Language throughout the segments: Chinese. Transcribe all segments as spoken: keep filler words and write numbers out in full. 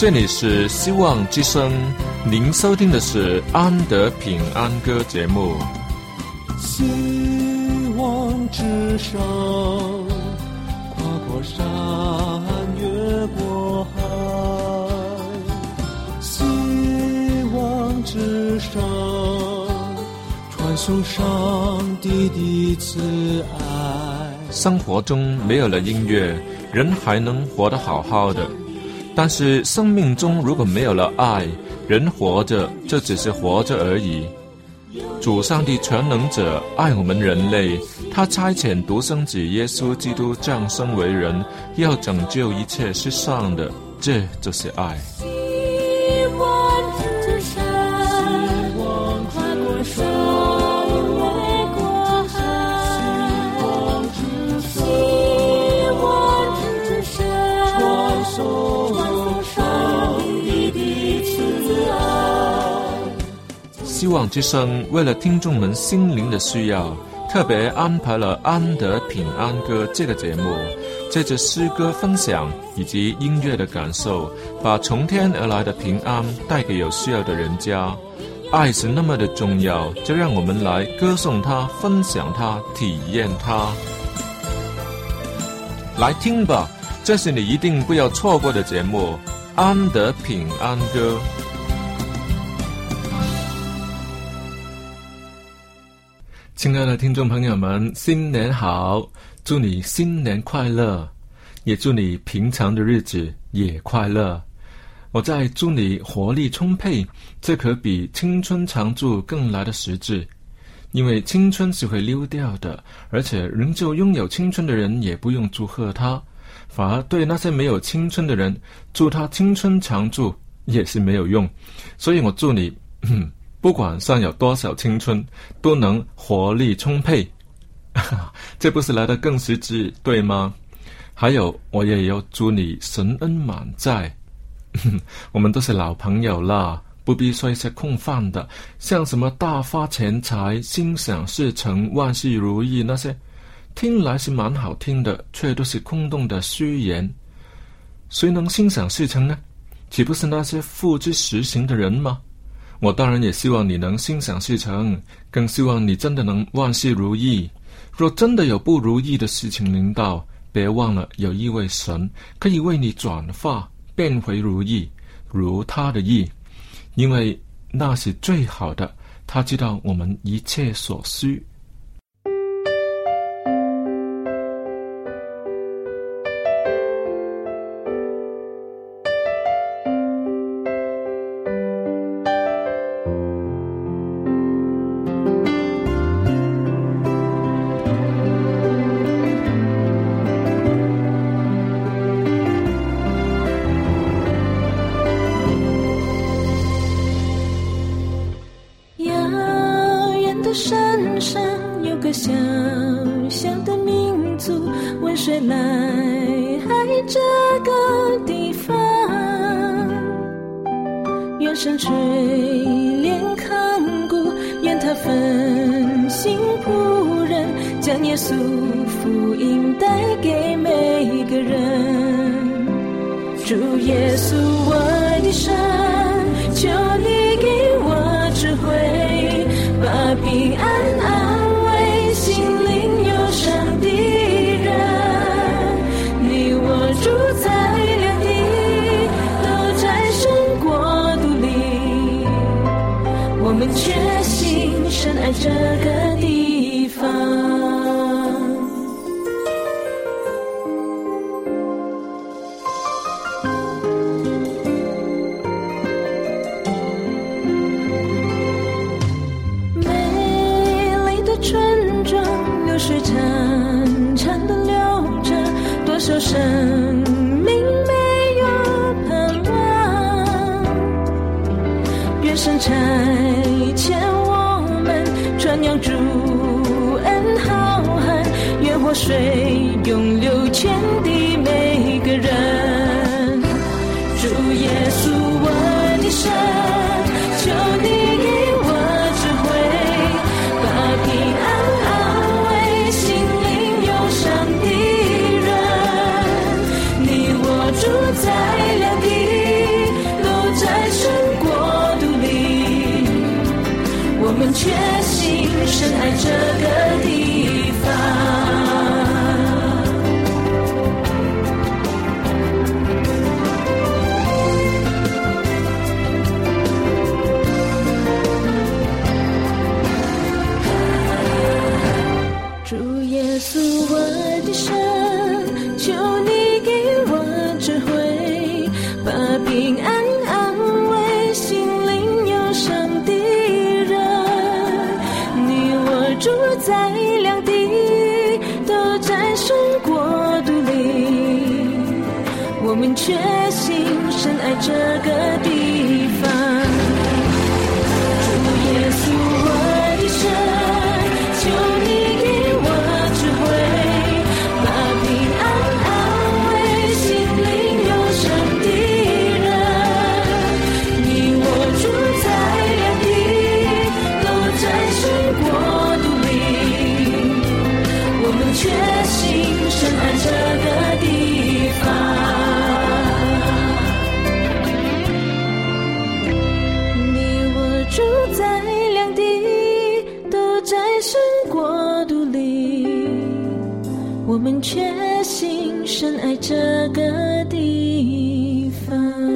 这里是希望之声，您收听的是安德平安歌节目。 希望之声，跨过山，越过海。希望之声，传送上帝的慈爱。 生活中没有了音乐，人还能活得好好的。但是生命中如果没有了爱，人活着就只是活着而已。主上帝全能者爱我们人类，他差遣独生子耶稣基督降生为人，要拯救一切世上的，这就是爱。希望之声为了听众们心灵的需要，特别安排了安德平安歌这个节目，借着诗歌分享以及音乐的感受，把从天而来的平安带给有需要的人家。爱是那么的重要，就让我们来歌颂它，分享它，体验它。来听吧，这是你一定不要错过的节目，安德平安歌。亲爱的听众朋友们，新年好，祝你新年快乐，也祝你平常的日子也快乐。我在祝你活力充沛，这可比青春常驻更来的实质。因为青春是会溜掉的，而且仍旧拥有青春的人也不用祝贺他，反而对那些没有青春的人，祝他青春常驻也是没有用。所以我祝你不管尚有多少青春，都能活力充沛。这不是来得更实质，对吗？还有，我也要祝你神恩满载。我们都是老朋友啦，不必说一些空泛的，像什么大发钱财、心想事成、万事如意那些，听来是蛮好听的，却都是空洞的虚言。谁能心想事成呢？岂不是那些付之实行的人吗？我当然也希望你能心想事成，更希望你真的能万事如意。若真的有不如意的事情临到，别忘了有一位神可以为你转化，变回如意，如他的意，因为那是最好的，他知道我们一切所需。 山上有个小小的民族，问谁来爱这个地方？愿神垂怜看顾，愿他分心仆人，将耶稣福音带给每个人。主耶稣我的神，求你给我智慧，把平安安慰心灵忧伤的人。你我住在两地，都在神国度里，我们确信神爱这个地方。水长长的流着，多少生命没有盼望。愿神差遣我们传扬主恩浩瀚，愿活水永流全地每个人。主耶稣我的神，求你给我智慧，把平安住在两地， 的神，求你给我智慧，把平安安慰心灵忧伤的人。你我住在两地，都在神国度里，我们确信深爱这个地方。主耶稣我的神，求你给我智慧，把平安安慰心灵忧伤的人。你我住在两地，都在神国度里，我们确信深爱这个地方。你我住在两地，都在神国度里，我们确信深爱这个地方。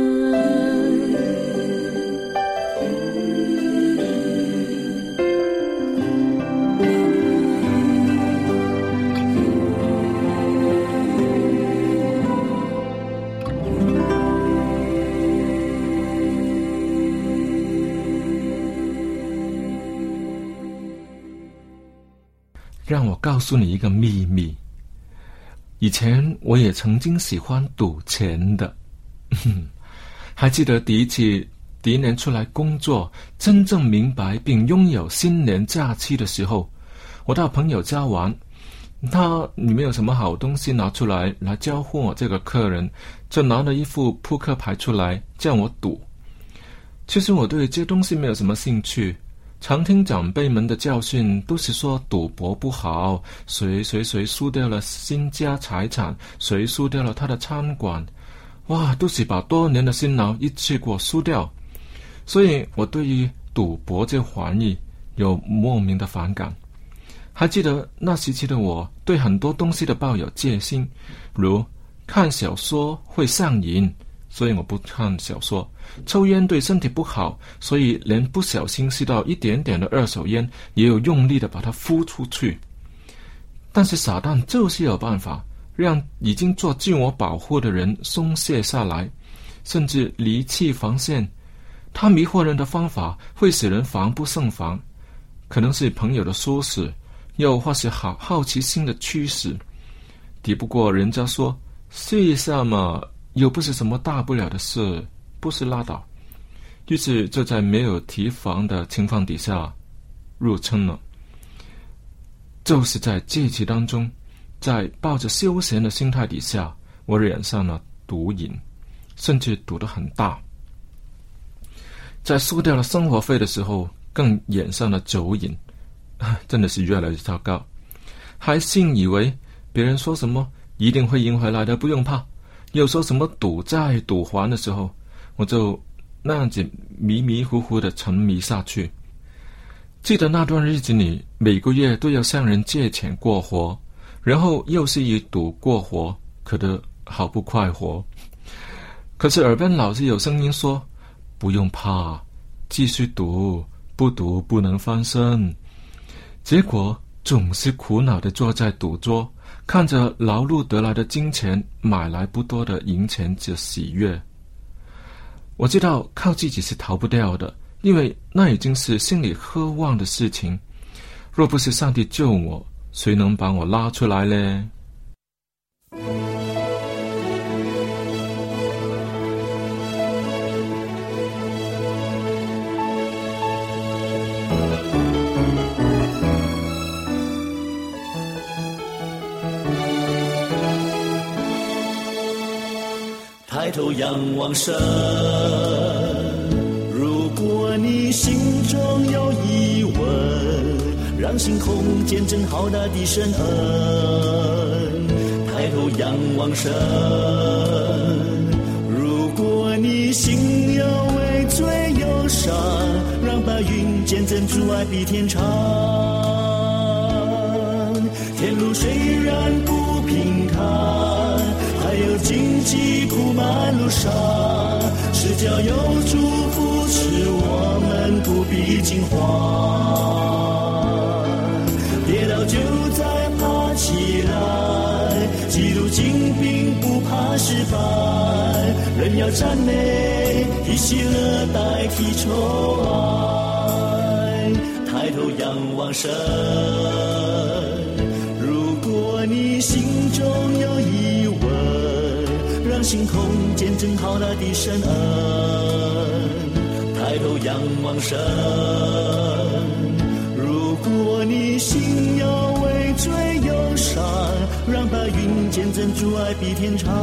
让我告诉你一个秘密，以前我也曾经喜欢赌钱的。还记得第一次第一年出来工作，真正明白并拥有新年假期的时候，我到朋友家玩，他里面有什么好东西拿出来来交换我这个客人，就拿了一副扑克牌出来叫我赌。其实我对这东西没有什么兴趣，常听长辈们的教训，都是说赌博不好，谁谁谁输掉了新家财产，谁输掉了他的餐馆，哇，都是把多年的辛劳一次过输掉。所以我对于赌博这玩意有莫名的反感。还记得那时期的我，对很多东西都抱有戒心，如看小说会上瘾，所以我不看小说。抽烟对身体不好，所以连不小心吸到一点点的二手烟，也有用力的把它呼出去。但是撒旦就是有办法让已经做自我保护的人松懈下来，甚至离弃防线。他迷惑人的方法会使人防不胜防，可能是朋友的唆使，又或是好好奇心的驱使。抵不过人家说试一下嘛，又不是什么大不了的事，不是拉倒。于是就在没有提防的情况底下入坑了。就是在这期当中，在抱着休闲的心态底下，我染上了毒瘾，甚至赌得很大。在输掉了生活费的时候，更染上了酒瘾，真的是越来越糟糕。还信以为别人说什么一定会赢回来的，不用怕。又说什么赌债赌还的时候，我就那样子迷迷糊糊的沉迷下去。记得那段日子里，每个月都要向人借钱过活，然后又是以赌过活，可得好不快活。可是耳边老是有声音说，不用怕，继续赌，不赌不能翻身。结果总是苦恼地坐在赌桌，看着劳碌得来的金钱买来不多的银钱的喜悦。我知道靠自己是逃不掉的，因为那已经是心里渴望的事情。若不是上帝救我，谁能把我拉出来呢？ 抬头仰望神，如果你心中有疑问，让星空见证浩大的神恩。抬头仰望神，如果你心有畏罪忧伤，让白云见证主爱比天长。天路虽然不平坦，还有荆棘铺满路上，是叫有主扶持我们不必惊慌。跌倒就再爬起来， 精兵不怕失败，人要赞美，以喜乐代替愁哀。抬头仰望神，如果你心中有疑问，让心空见证浩大的神恩。抬头仰望神，如果你心有畏罪忧伤，让白云见证主爱比天长。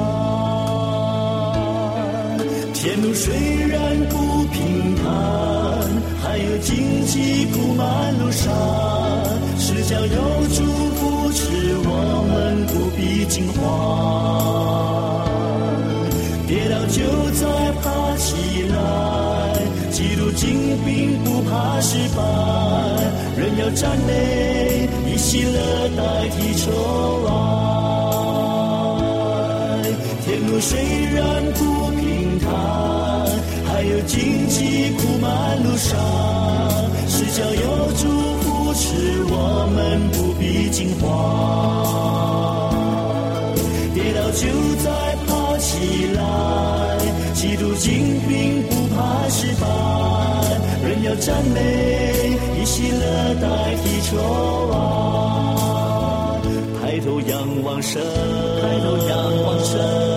天路虽然不平坦，还有荆棘铺满路上，是将有主扶持我们不必惊慌。跌倒就再爬起来，基督精兵不怕失败，人要赞美，以喜乐代替愁哀。天路虽然不平坦，还有荆棘铺满路上，是叫有主扶持我们不必惊慌。跌倒就再爬起来，基督精兵不怕失败，人要赞美，以喜乐代替愁哀。抬头仰望神，抬头仰望神。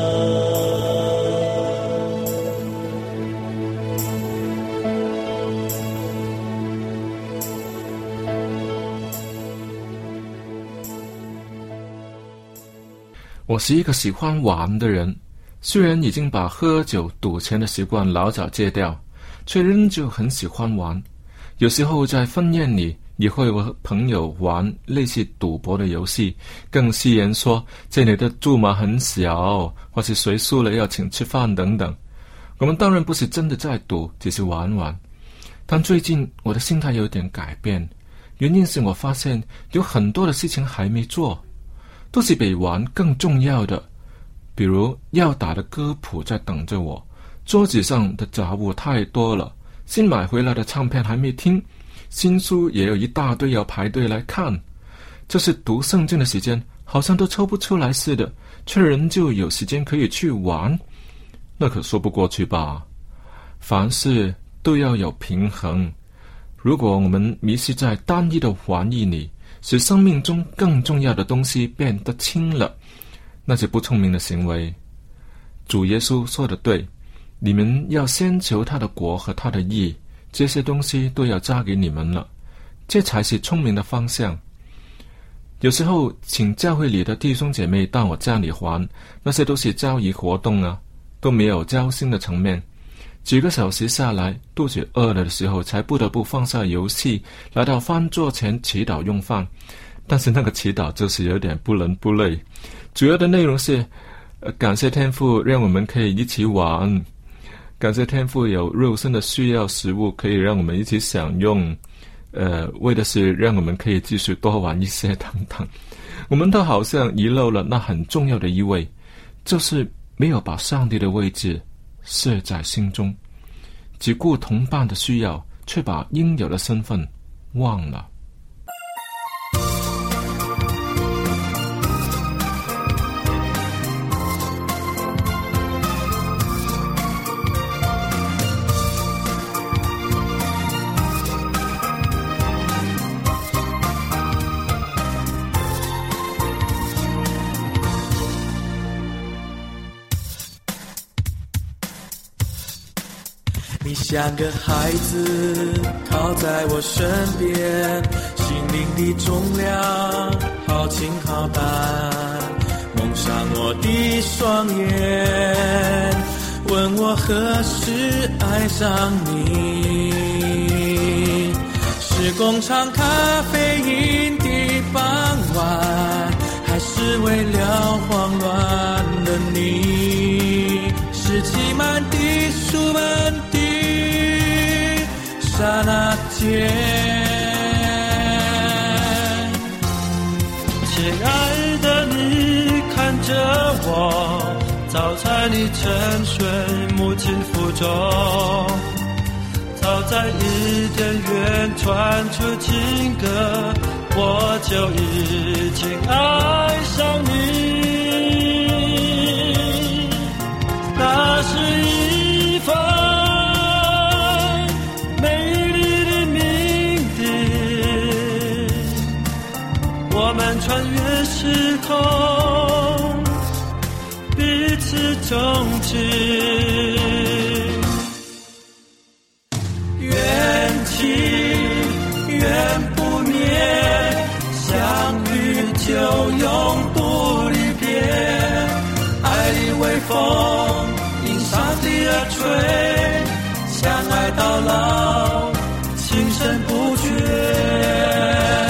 我是一个喜欢玩的人，虽然已经把喝酒赌钱的习惯老早戒掉，却仍旧很喜欢玩。有时候在婚宴里也会和朋友玩类似赌博的游戏，更戏言说这里的注码很小，或是谁输了要请吃饭等等。我们当然不是真的在赌，只是玩玩。但最近我的心态有点改变，原因是我发现有很多的事情还没做，都是比玩更重要的。比如要打的歌谱在等着我，桌子上的杂物太多了，新买回来的唱片还没听，新书也有一大堆要排队来看。就是读圣经的时间好像都抽不出来似的，却仍旧有时间可以去玩，那可说不过去吧。凡事都要有平衡，如果我们迷失在单一的玩意里，使生命中更重要的东西变得轻了，那是不聪明的行为。主耶稣说的对，你们要先求他的国和他的义，这些东西都要加给你们了，这才是聪明的方向。有时候请教会里的弟兄姐妹到我家里玩，那些都是交谊活动啊，都没有交心的层面。几个小时下来，肚子饿了的时候才不得不放下游戏，来到饭桌前祈祷用饭。但是那个祈祷就是有点不伦不类，主要的内容是、呃、感谢天父让我们可以一起玩，感谢天父有肉身的需要食物可以让我们一起享用，呃，为的是让我们可以继续多玩一些等等。我们都好像遗漏了那很重要的一位，就是没有把上帝的位置设在心中，只顾同伴的需要，却把应有的身份忘了。 你像个孩子靠在我身边，心灵的重量好轻好淡，蒙上我的双眼，问我何时爱上你。是工厂咖啡因的傍晚，还是为了慌乱的你，是挤满的书本的刹那间。亲爱的你看着我，早在你沉睡母亲腹中，早在伊甸园传出情歌，我就已经爱上你。 时空，彼此终止。缘起缘不灭，相遇就永不离别。爱的微风因上帝而吹，相爱到老，情深不绝。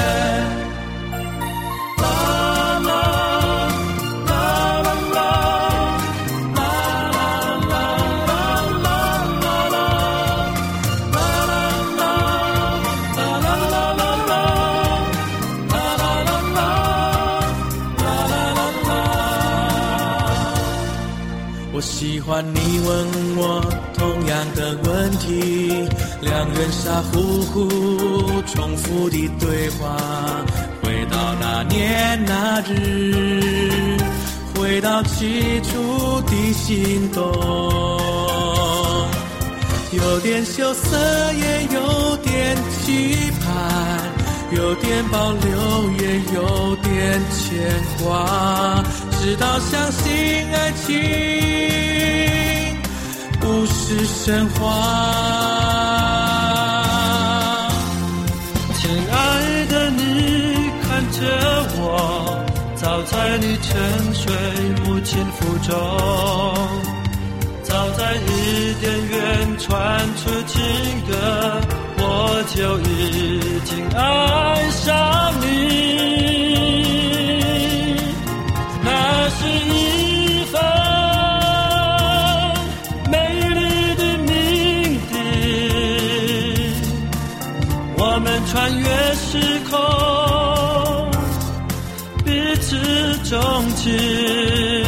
我喜欢你问我同样的问题，两人傻乎乎重复的对话，回到那年那日，回到起初的心动，有点羞涩也有点期盼，有点保留也有点牵挂，直到相信爱情不是神话。亲爱的你看着我，早在你沉睡母亲腹中，早在伊甸园传出情歌，我就已经爱上你。那是一份美丽的命题，我们穿越时空，彼此终止。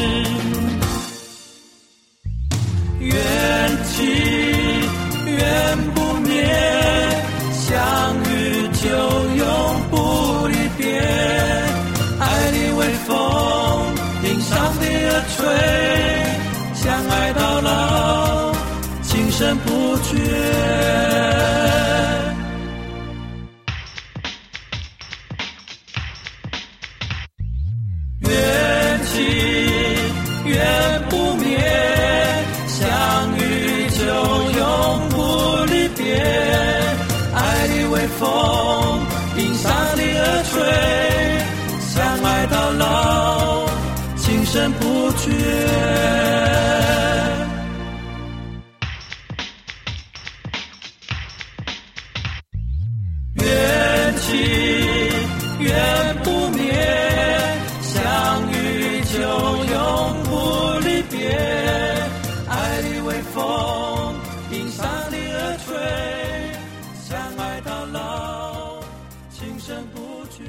缘起缘不灭，相遇就永不离别。爱的微风因上帝而吹，相爱到老，情深不绝。缘起缘不灭，相遇就永不离别。爱的微风因上帝而吹，相爱到老，情深不绝。缘起缘不灭，相遇就永不离别。爱的微风因上帝而吹，相爱到老，情深不绝。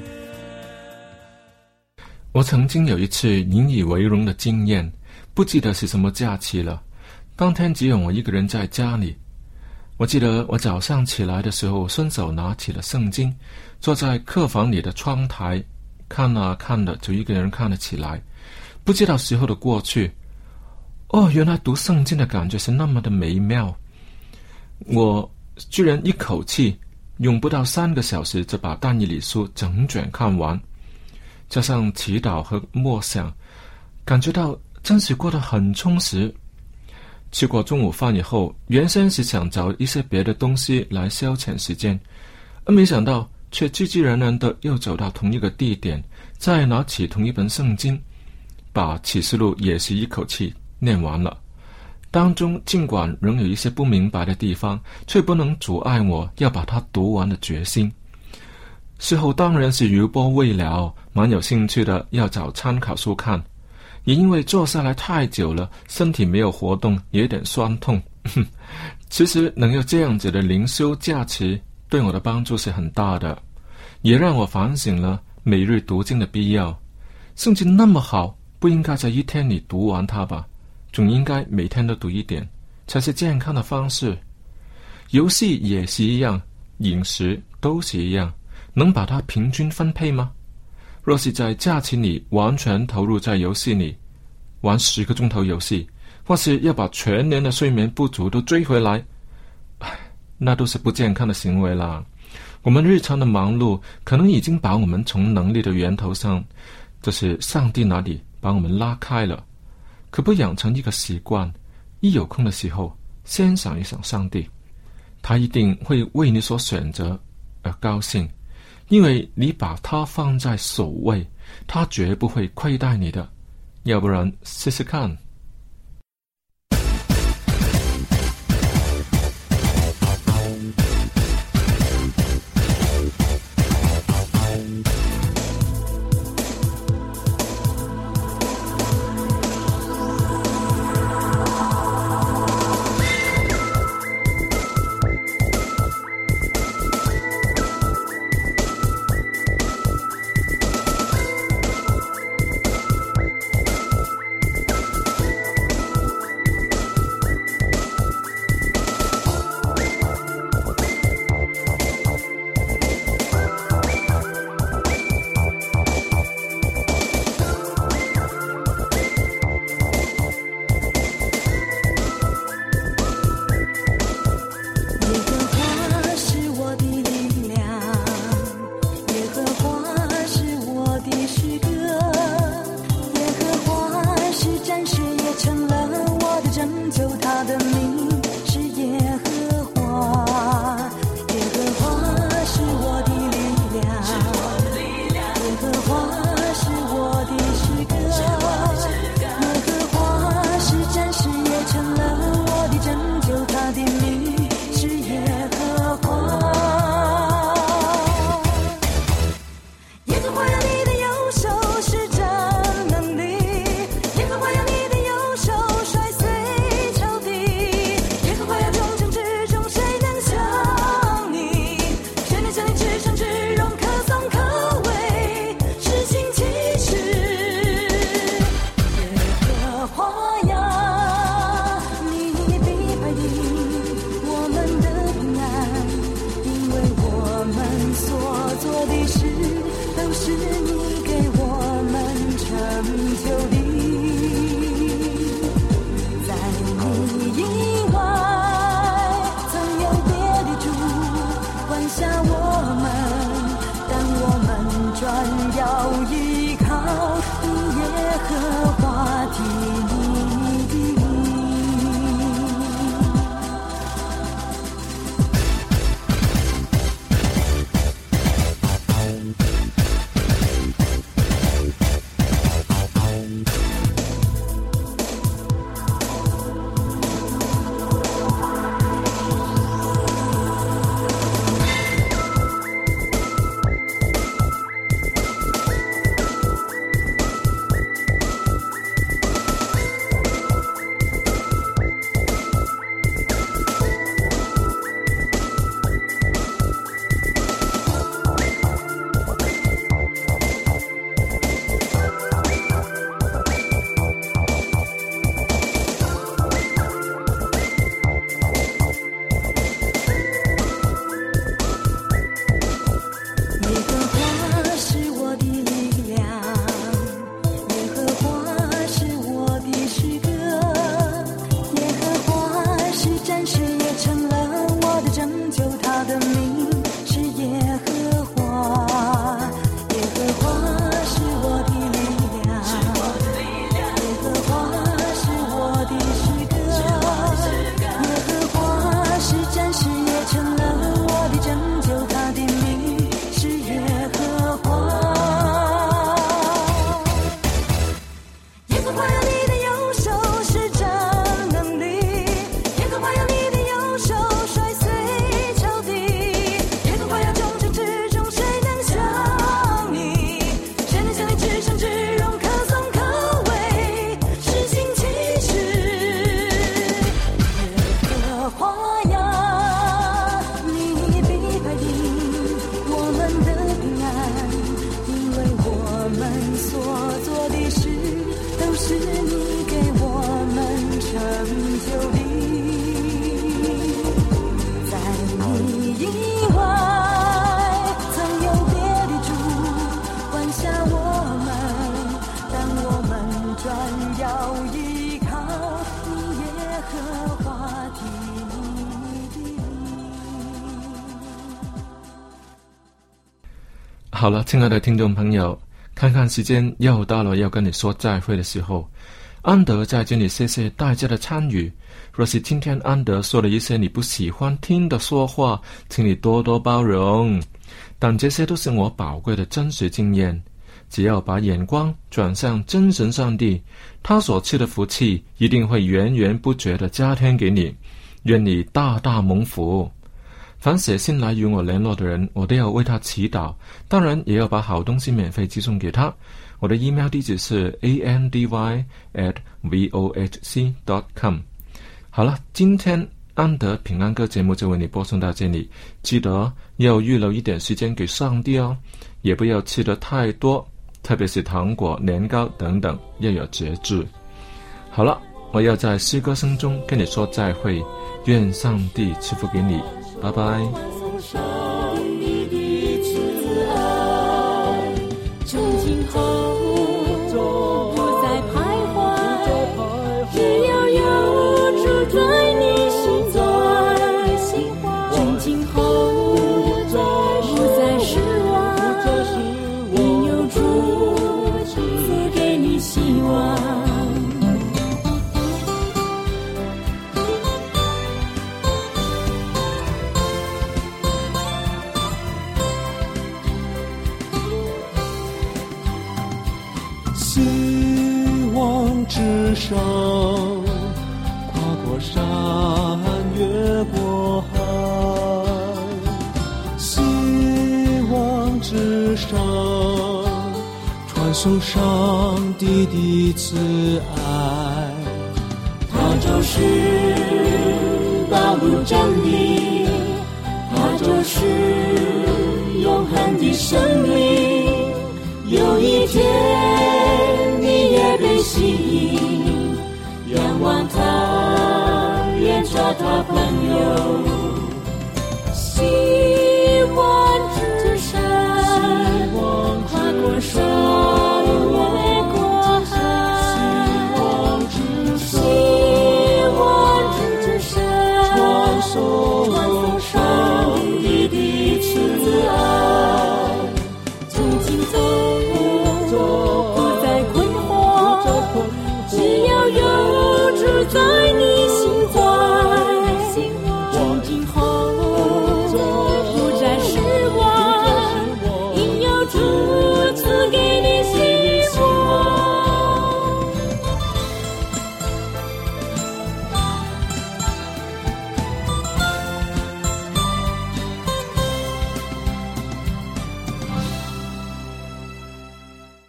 我曾经有一次引以为荣的经验，不记得是什么假期了。当天只有我一个人在家里。我记得我早上起来的时候，顺手拿起了圣经，坐在客房里的窗台，看啊看的，就一个人看了起来。不知道时候的过去，哦，原来读圣经的感觉是那么的美妙。我居然一口气用不到三个小时就把但以理书整卷看完，加上祈祷和默想，感觉到真是过得很充实。吃过中午饭以后，原先是想找一些别的东西来消遣时间，而没想到却自自然然的又走到同一个地点，再拿起同一本圣经，把启示录也是一口气念完了。当中尽管仍有一些不明白的地方，却不能阻碍我要把它读完的决心。事后当然是余波未了，蛮有兴趣的要找参考书看，也因为坐下来太久了，身体没有活动，也有点酸痛。其实能有这样子的灵修价值，对我的帮助是很大的，也让我反省了每日读经的必要。圣经那么好，不应该在一天里读完它吧，总应该每天都读一点，才是健康的方式。游戏也是一样，饮食都是一样，能把它平均分配吗？若是在假期里完全投入在游戏里，玩十个钟头游戏，或是要把全年的睡眠不足都追回来，那都是不健康的行为啦。我们日常的忙碌可能已经把我们从能力的源头上这是上帝那里把我们拉开了。可不养成一个习惯，一有空的时候先想一想上帝，他一定会为你所选择而高兴，因为你把他放在首位，他绝不会亏待你的。要不然试试看。 好了，亲爱的听众朋友， 看看时间又到了要跟你说再会的时候，安德在这里谢谢大家的参与。若是今天安德说了一些你不喜欢听的说话，请你多多包容，但这些都是我宝贵的真实经验。只要把眼光转向真神上帝，他所赐的福气一定会源源不绝地加添给你，愿你大大蒙福。凡写信来与我联络的人，我都要为他祈祷，当然也要把好东西免费寄送给他。我的 email 地址是 andy at vohc dot com。 好了，今天安德平安歌节目就为你播送到这里，记得要预留一点时间给上帝哦，也不要吃得太多，特别是糖果、年糕等等，要有节制。好了，我要在诗歌声中跟你说再会，愿上帝赐福给你，拜拜。 希望之上，跨过山，越过海。希望之上，传送上帝的慈爱。 他就是道路真理，他就是永恒的生命。有一天你也被吸引，仰望他，愿做他朋友。希望之山，跨过山。